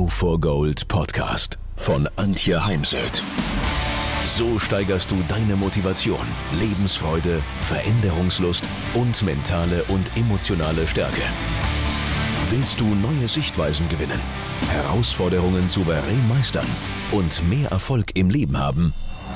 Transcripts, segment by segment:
for Gold Podcast von Antje Heimsöth. So steigerst du deine Motivation, Lebensfreude, Veränderungslust und mentale und emotionale Stärke. Willst du neue Sichtweisen gewinnen, Herausforderungen souverän meistern und mehr Erfolg im Leben haben?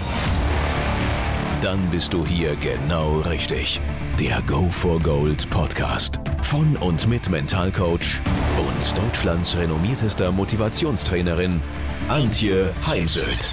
Dann bist du hier genau richtig. Der Go for Gold Podcast von und mit Mentalcoach und Deutschlands renommiertester Motivationstrainerin Antje Heimsöth.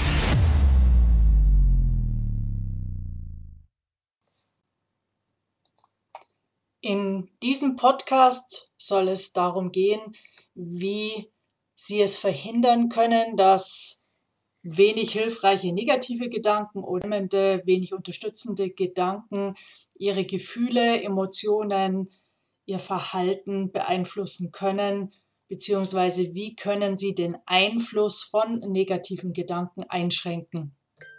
In diesem Podcast soll es darum gehen, wie Sie es verhindern können, dass wenig hilfreiche negative Gedanken oder wenig unterstützende Gedanken Ihre Gefühle, Emotionen, Ihr Verhalten beeinflussen können, beziehungsweise wie können Sie den Einfluss von negativen Gedanken einschränken.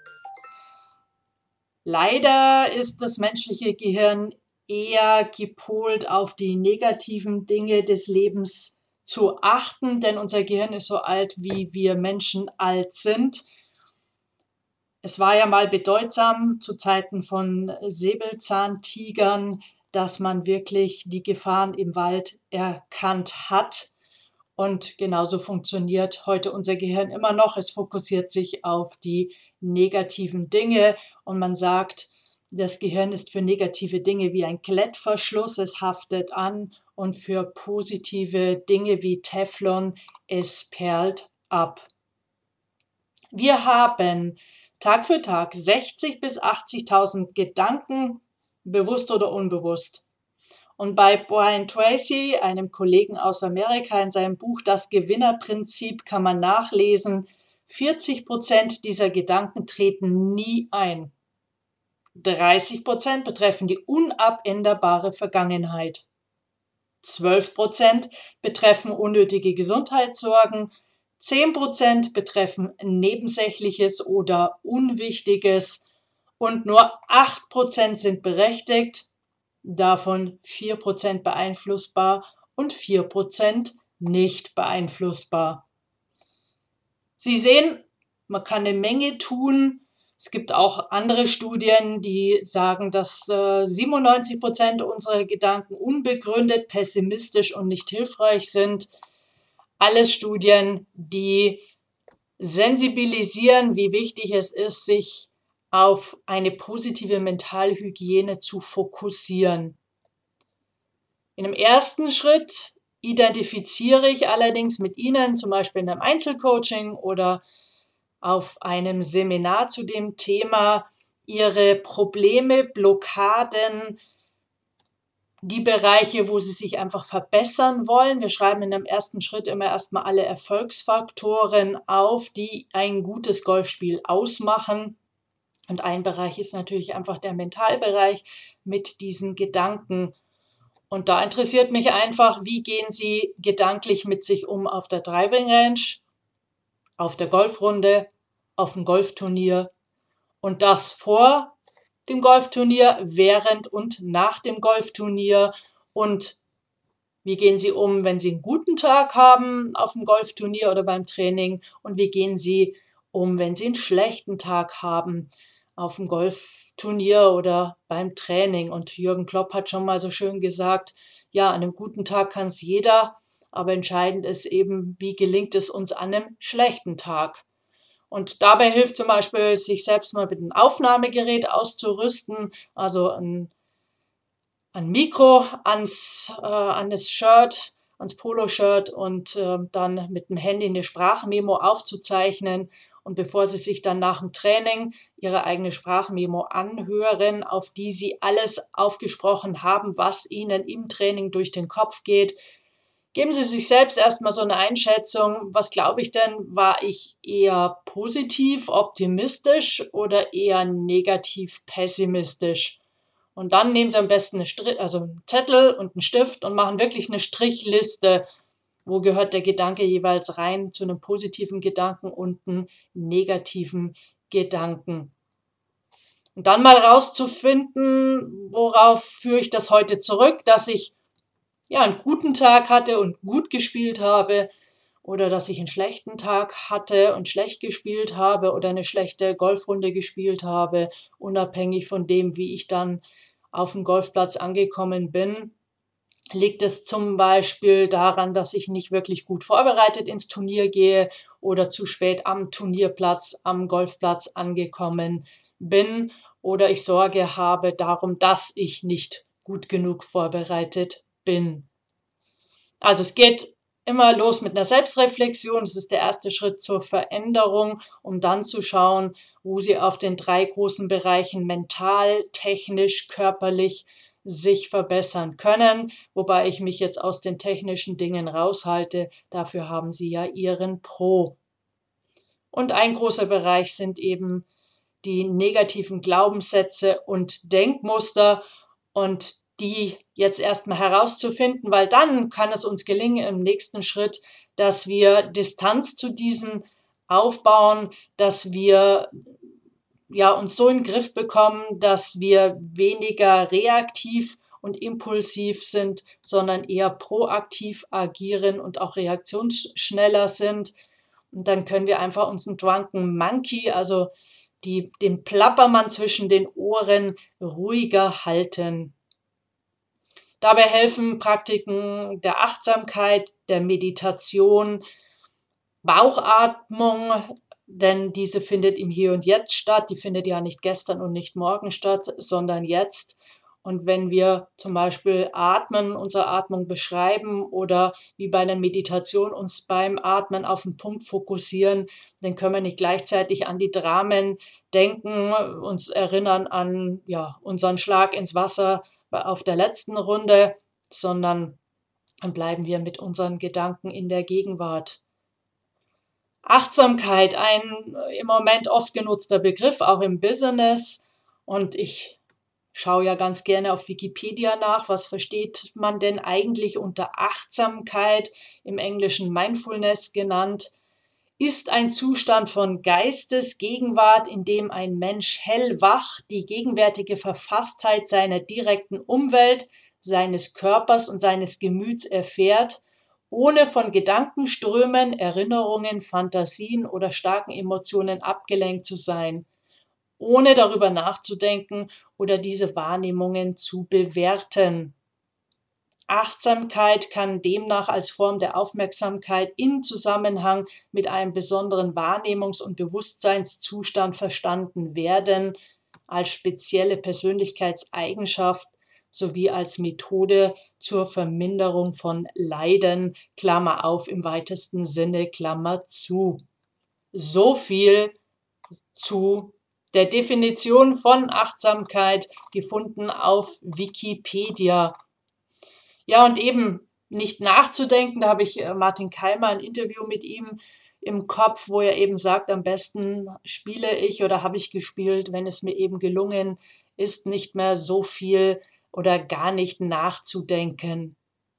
Leider ist das menschliche Gehirn eher gepolt auf die negativen Dinge des Lebens zu achten, denn unser Gehirn ist so alt, wie wir Menschen alt sind. Es war ja mal bedeutsam zu Zeiten von Säbelzahntigern, dass man wirklich die Gefahren im Wald erkannt hat. Und genauso funktioniert heute unser Gehirn immer noch. Es fokussiert sich auf die negativen Dinge und man sagt, das Gehirn ist für negative Dinge wie ein Klettverschluss, es haftet an, und für positive Dinge wie Teflon, es perlt ab. Wir haben Tag für Tag 60.000 bis 80.000 Gedanken, bewusst oder unbewusst. Und bei Brian Tracy, einem Kollegen aus Amerika, in seinem Buch Das Gewinnerprinzip kann man nachlesen, 40% dieser Gedanken treten nie ein. 30% betreffen die unabänderbare Vergangenheit. 12% betreffen unnötige Gesundheitssorgen. 10% betreffen Nebensächliches oder Unwichtiges. Und nur 8% sind berechtigt. Davon 4% beeinflussbar und 4% nicht beeinflussbar. Sie sehen, man kann eine Menge tun. Es gibt auch andere Studien, die sagen, dass 97% unserer Gedanken unbegründet, pessimistisch und nicht hilfreich sind. Alles Studien, die sensibilisieren, wie wichtig es ist, sich auf eine positive Mentalhygiene zu fokussieren. In einem ersten Schritt identifiziere ich allerdings mit Ihnen, zum Beispiel in einem Einzelcoaching oder auf einem Seminar zu dem Thema, Ihre Probleme, Blockaden, die Bereiche, wo Sie sich einfach verbessern wollen. Wir schreiben in einem ersten Schritt immer erstmal alle Erfolgsfaktoren auf, die ein gutes Golfspiel ausmachen. Und ein Bereich ist natürlich einfach der Mentalbereich mit diesen Gedanken. Und da interessiert mich einfach, wie gehen Sie gedanklich mit sich um auf der Driving Range, auf der Golfrunde, auf dem Golfturnier und das vor dem Golfturnier, während und nach dem Golfturnier. Und wie gehen Sie um, wenn Sie einen guten Tag haben auf dem Golfturnier oder beim Training? Und wie gehen Sie um, wenn Sie einen schlechten Tag haben auf dem Golfturnier oder beim Training? Und Jürgen Klopp hat schon mal so schön gesagt, ja, an einem guten Tag kann es jeder, aber entscheidend ist eben, wie gelingt es uns an einem schlechten Tag? Und dabei hilft zum Beispiel, sich selbst mal mit einem Aufnahmegerät auszurüsten, also ein Mikro an das Shirt, ans Poloshirt und dann mit dem Handy eine Sprachmemo aufzuzeichnen. Und bevor Sie sich dann nach dem Training Ihre eigene Sprachmemo anhören, auf die Sie alles aufgesprochen haben, was Ihnen im Training durch den Kopf geht, geben Sie sich selbst erstmal so eine Einschätzung. Was glaube ich denn? War ich eher positiv, optimistisch oder eher negativ, pessimistisch? Und dann nehmen Sie am besten einen Zettel und einen Stift und machen wirklich eine Strichliste. Wo gehört der Gedanke jeweils rein zu einem positiven Gedanken und einem negativen Gedanken? Und dann mal rauszufinden, worauf führe ich das heute zurück, dass ich einen guten Tag hatte und gut gespielt habe oder dass ich einen schlechten Tag hatte und schlecht gespielt habe oder eine schlechte Golfrunde gespielt habe, unabhängig von dem, wie ich dann auf dem Golfplatz angekommen bin. Liegt es zum Beispiel daran, dass ich nicht wirklich gut vorbereitet ins Turnier gehe oder zu spät am Turnierplatz, am Golfplatz angekommen bin oder ich Sorge habe darum, dass ich nicht gut genug vorbereitet bin. Also es geht immer los mit einer Selbstreflexion. Das ist der erste Schritt zur Veränderung, um dann zu schauen, wo Sie auf den 3 großen Bereichen mental, technisch, körperlich sich verbessern können, wobei ich mich jetzt aus den technischen Dingen raushalte. Dafür haben Sie ja Ihren Pro. Und ein großer Bereich sind eben die negativen Glaubenssätze und Denkmuster und die jetzt erstmal herauszufinden, weil dann kann es uns gelingen im nächsten Schritt, dass wir Distanz zu diesen aufbauen, dass wir uns so in den Griff bekommen, dass wir weniger reaktiv und impulsiv sind, sondern eher proaktiv agieren und auch reaktionsschneller sind. Und dann können wir einfach unseren Drunken Monkey, also den Plappermann zwischen den Ohren, ruhiger halten. Dabei helfen Praktiken der Achtsamkeit, der Meditation, Bauchatmung, denn diese findet im Hier und Jetzt statt. Die findet ja nicht gestern und nicht morgen statt, sondern jetzt. Und wenn wir zum Beispiel atmen, unsere Atmung beschreiben oder wie bei einer Meditation uns beim Atmen auf den Punkt fokussieren, dann können wir nicht gleichzeitig an die Dramen denken, uns erinnern an unseren Schlag ins Wasser auf der letzten Runde, sondern dann bleiben wir mit unseren Gedanken in der Gegenwart. Achtsamkeit, ein im Moment oft genutzter Begriff, auch im Business. Und ich schaue ja ganz gerne auf Wikipedia nach, was versteht man denn eigentlich unter Achtsamkeit, im Englischen Mindfulness genannt, ist ein Zustand von Geistesgegenwart, in dem ein Mensch hellwach die gegenwärtige Verfasstheit seiner direkten Umwelt, seines Körpers und seines Gemüts erfährt, ohne von Gedankenströmen, Erinnerungen, Fantasien oder starken Emotionen abgelenkt zu sein, ohne darüber nachzudenken oder diese Wahrnehmungen zu bewerten. Achtsamkeit kann demnach als Form der Aufmerksamkeit in Zusammenhang mit einem besonderen Wahrnehmungs- und Bewusstseinszustand verstanden werden, als spezielle Persönlichkeitseigenschaft sowie als Methode zur Verminderung von Leiden, Klammer auf im weitesten Sinne, Klammer zu. So viel zu der Definition von Achtsamkeit, gefunden auf Wikipedia. Ja, und eben nicht nachzudenken, da habe ich Martin Keimer ein Interview mit ihm im Kopf, wo er eben sagt, am besten spiele ich oder habe ich gespielt, wenn es mir eben gelungen ist, nicht mehr so viel oder gar nicht nachzudenken.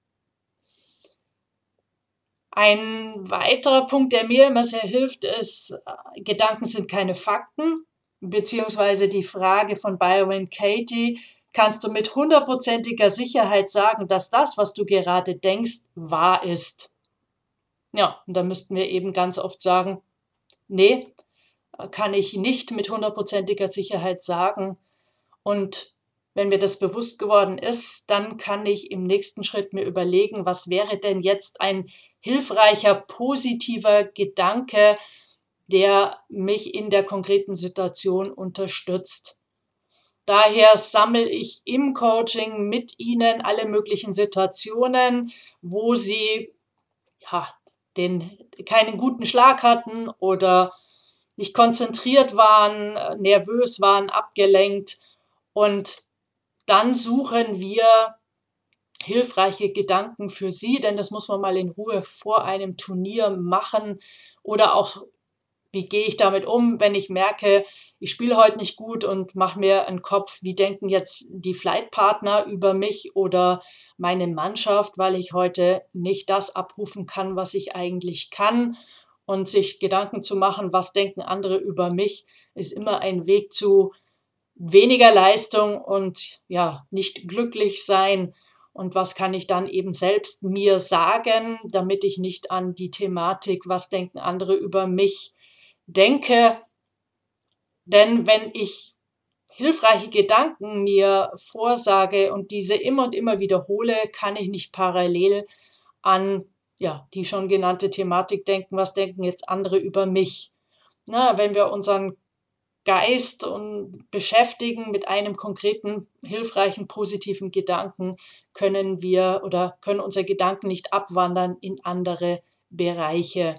Ein weiterer Punkt, der mir immer sehr hilft, ist, Gedanken sind keine Fakten, beziehungsweise die Frage von Byron Katie, kannst du mit 100%iger Sicherheit sagen, dass das, was du gerade denkst, wahr ist? Ja, und da müssten wir eben ganz oft sagen, nee, kann ich nicht mit 100%iger Sicherheit sagen. Und wenn mir das bewusst geworden ist, dann kann ich im nächsten Schritt mir überlegen, was wäre denn jetzt ein hilfreicher, positiver Gedanke, der mich in der konkreten Situation unterstützt. Daher sammle ich im Coaching mit Ihnen alle möglichen Situationen, wo Sie keinen guten Schlag hatten oder nicht konzentriert waren, nervös waren, abgelenkt. Und dann suchen wir hilfreiche Gedanken für Sie, denn das muss man mal in Ruhe vor einem Turnier machen. Oder auch, wie gehe ich damit um, wenn ich merke, ich spiele heute nicht gut und mache mir einen Kopf, wie denken jetzt die Flightpartner über mich oder meine Mannschaft, weil ich heute nicht das abrufen kann, was ich eigentlich kann. Und sich Gedanken zu machen, was denken andere über mich, ist immer ein Weg zu weniger Leistung und nicht glücklich sein. und was kann ich dann eben selbst mir sagen, damit ich nicht an die Thematik, was denken andere über mich, denke. Denn wenn ich hilfreiche Gedanken mir vorsage und diese immer und immer wiederhole, kann ich nicht parallel an die schon genannte Thematik denken, was denken jetzt andere über mich. Wenn wir unseren Geist und beschäftigen mit einem konkreten, hilfreichen, positiven Gedanken, können unsere Gedanken nicht abwandern in andere Bereiche.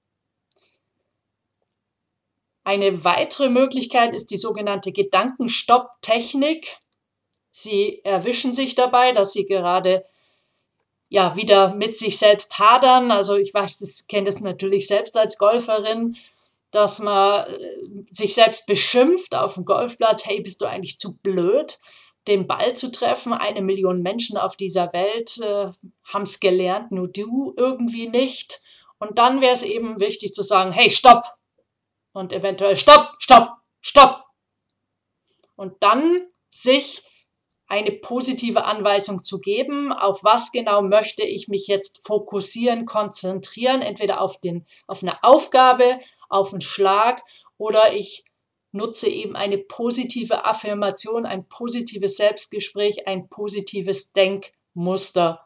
Eine weitere Möglichkeit ist die sogenannte Gedankenstopp-Technik. Sie erwischen sich dabei, dass Sie gerade wieder mit sich selbst hadern. Also ich kenne das natürlich selbst als Golferin, dass man sich selbst beschimpft auf dem Golfplatz. Hey, bist du eigentlich zu blöd, den Ball zu treffen? 1 Million Menschen auf dieser Welt haben es gelernt, nur du irgendwie nicht. Und dann wäre es eben wichtig zu sagen, hey, stopp! Und eventuell stopp, stopp, stopp! Und dann sich eine positive Anweisung zu geben, auf was genau möchte ich mich jetzt fokussieren, konzentrieren, entweder auf eine Aufgabe, auf einen Schlag, oder ich nutze eben eine positive Affirmation, ein positives Selbstgespräch, ein positives Denkmuster.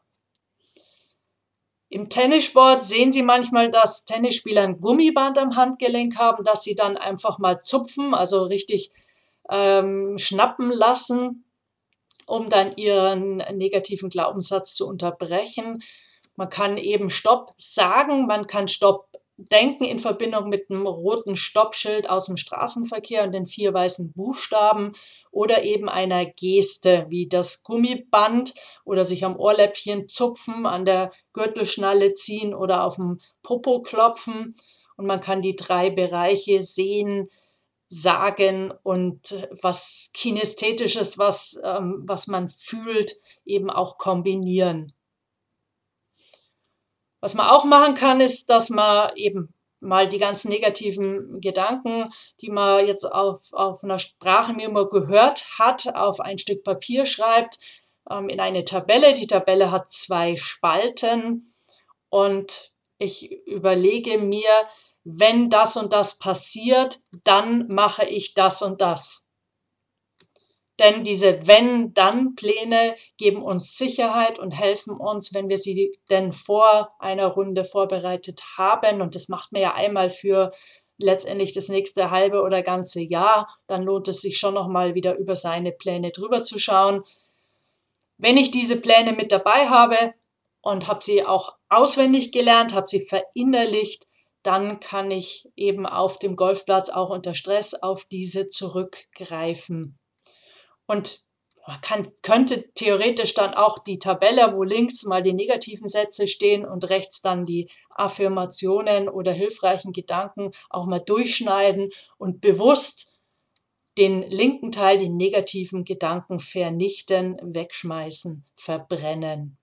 Im Tennissport sehen Sie manchmal, dass Tennisspieler ein Gummiband am Handgelenk haben, das sie dann einfach mal zupfen, also richtig schnappen lassen, um dann ihren negativen Glaubenssatz zu unterbrechen. Man kann eben Stopp sagen, man kann Stopp denken in Verbindung mit einem roten Stoppschild aus dem Straßenverkehr und den 4 weißen Buchstaben oder eben einer Geste wie das Gummiband oder sich am Ohrläppchen zupfen, an der Gürtelschnalle ziehen oder auf dem Popo klopfen. Und man kann die 3 Bereiche sehen, sagen und was Kinästhetisches, was man fühlt, eben auch kombinieren. Was man auch machen kann, ist, dass man eben mal die ganzen negativen Gedanken, die man jetzt auf einer Sprachmemo gehört hat, auf ein Stück Papier schreibt, in eine Tabelle. Die Tabelle hat 2 Spalten und ich überlege mir, wenn das und das passiert, dann mache ich das und das. Denn diese Wenn-Dann-Pläne geben uns Sicherheit und helfen uns, wenn wir sie denn vor einer Runde vorbereitet haben. Und das macht man ja einmal für letztendlich das nächste halbe oder ganze Jahr. Dann lohnt es sich schon nochmal wieder über seine Pläne drüber zu schauen. Wenn ich diese Pläne mit dabei habe und habe sie auch auswendig gelernt, habe sie verinnerlicht, dann kann ich eben auf dem Golfplatz auch unter Stress auf diese zurückgreifen. Und man könnte theoretisch dann auch die Tabelle, wo links mal die negativen Sätze stehen und rechts dann die Affirmationen oder hilfreichen Gedanken auch mal durchschneiden und bewusst den linken Teil, die negativen Gedanken vernichten, wegschmeißen, verbrennen.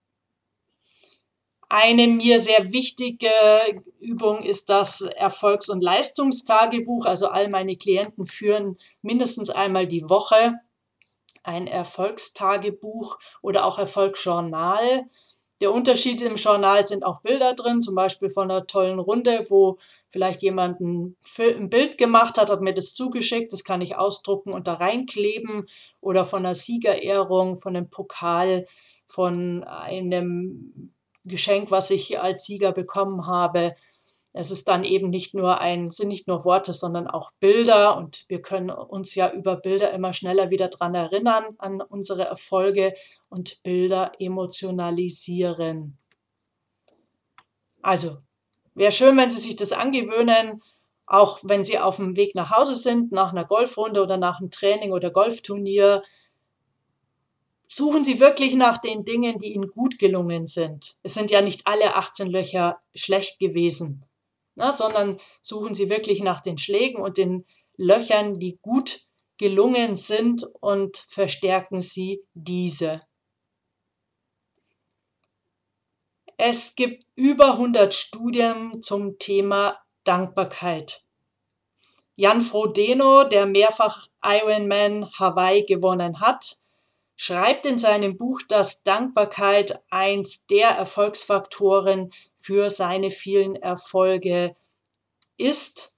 Eine mir sehr wichtige Übung ist das Erfolgs- und Leistungstagebuch. Also all meine Klienten führen mindestens einmal die Woche ein Erfolgstagebuch oder auch Erfolgsjournal. Der Unterschied im Journal sind auch Bilder drin, zum Beispiel von einer tollen Runde, wo vielleicht jemand ein Bild gemacht hat mir das zugeschickt, das kann ich ausdrucken und da reinkleben, oder von einer Siegerehrung, von einem Pokal, von einem Geschenk, was ich als Sieger bekommen habe. Es ist dann eben sind nicht nur Worte, sondern auch Bilder, und wir können uns ja über Bilder immer schneller wieder dran erinnern, an unsere Erfolge, und Bilder emotionalisieren. Also, wäre schön, wenn Sie sich das angewöhnen, auch wenn Sie auf dem Weg nach Hause sind, nach einer Golfrunde oder nach einem Training oder Golfturnier. Suchen Sie wirklich nach den Dingen, die Ihnen gut gelungen sind. Es sind ja nicht alle 18 Löcher schlecht gewesen, sondern suchen Sie wirklich nach den Schlägen und den Löchern, die gut gelungen sind, und verstärken Sie diese. Es gibt über 100 Studien zum Thema Dankbarkeit. Jan Frodeno, der mehrfach Ironman Hawaii gewonnen hat, schreibt in seinem Buch, dass Dankbarkeit eins der Erfolgsfaktoren für seine vielen Erfolge ist.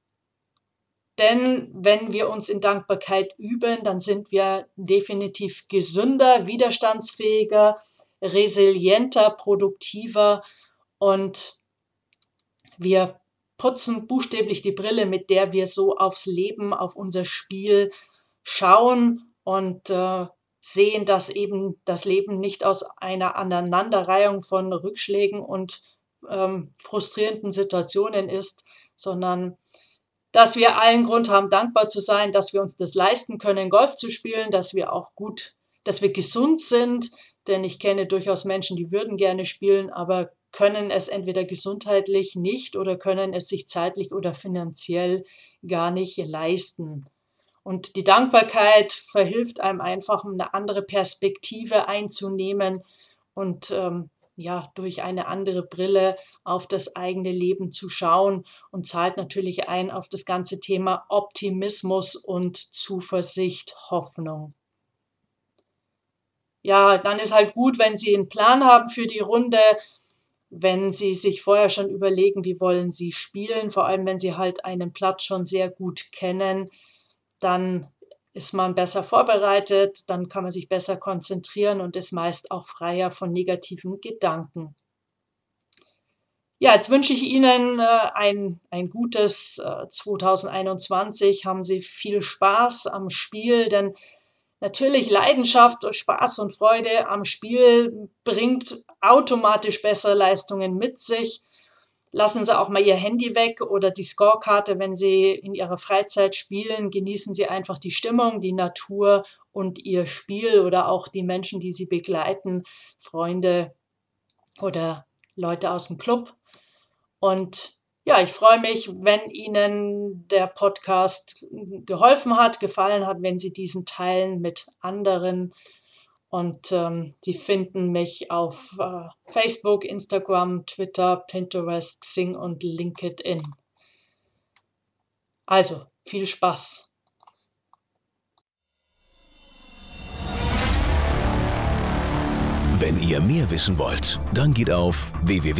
Denn wenn wir uns in Dankbarkeit üben, dann sind wir definitiv gesünder, widerstandsfähiger, resilienter, produktiver und wir putzen buchstäblich die Brille, mit der wir so aufs Leben, auf unser Spiel schauen und sehen, dass eben das Leben nicht aus einer Aneinanderreihung von Rückschlägen und frustrierenden Situationen ist, sondern dass wir allen Grund haben, dankbar zu sein, dass wir uns das leisten können, Golf zu spielen, dass wir gesund sind, denn ich kenne durchaus Menschen, die würden gerne spielen, aber können es entweder gesundheitlich nicht oder können es sich zeitlich oder finanziell gar nicht leisten. Und die Dankbarkeit verhilft einem einfach, eine andere Perspektive einzunehmen und durch eine andere Brille auf das eigene Leben zu schauen und zahlt natürlich ein auf das ganze Thema Optimismus und Zuversicht, Hoffnung. Ja, dann ist halt gut, wenn Sie einen Plan haben für die Runde, wenn Sie sich vorher schon überlegen, wie wollen Sie spielen, vor allem wenn Sie halt einen Platz schon sehr gut kennen, dann ist man besser vorbereitet, dann kann man sich besser konzentrieren und ist meist auch freier von negativen Gedanken. Ja, jetzt wünsche ich Ihnen ein gutes 2021. Haben Sie viel Spaß am Spiel, denn natürlich Leidenschaft, Spaß und Freude am Spiel bringt automatisch bessere Leistungen mit sich. Lassen Sie auch mal Ihr Handy weg oder die Scorekarte, wenn Sie in Ihrer Freizeit spielen. Genießen Sie einfach die Stimmung, die Natur und Ihr Spiel oder auch die Menschen, die Sie begleiten, Freunde oder Leute aus dem Club. Und ja, ich freue mich, wenn Ihnen der Podcast geholfen hat, gefallen hat, wenn Sie diesen teilen mit anderen. Und Sie finden mich auf Facebook, Instagram, Twitter, Pinterest, Xing und LinkedIn. Also, viel Spaß! Wenn ihr mehr wissen wollt, dann geht auf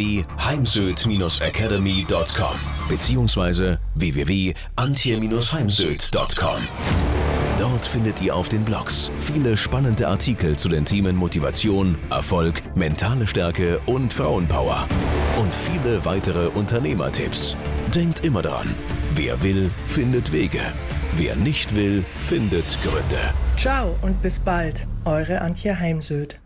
www.heimsöd-academy.com bzw. www.antje-heimsöd.com. Dort findet ihr auf den Blogs viele spannende Artikel zu den Themen Motivation, Erfolg, mentale Stärke und Frauenpower. Und viele weitere Unternehmertipps. Denkt immer daran, wer will, findet Wege. Wer nicht will, findet Gründe. Ciao und bis bald, eure Antje Heimsöd.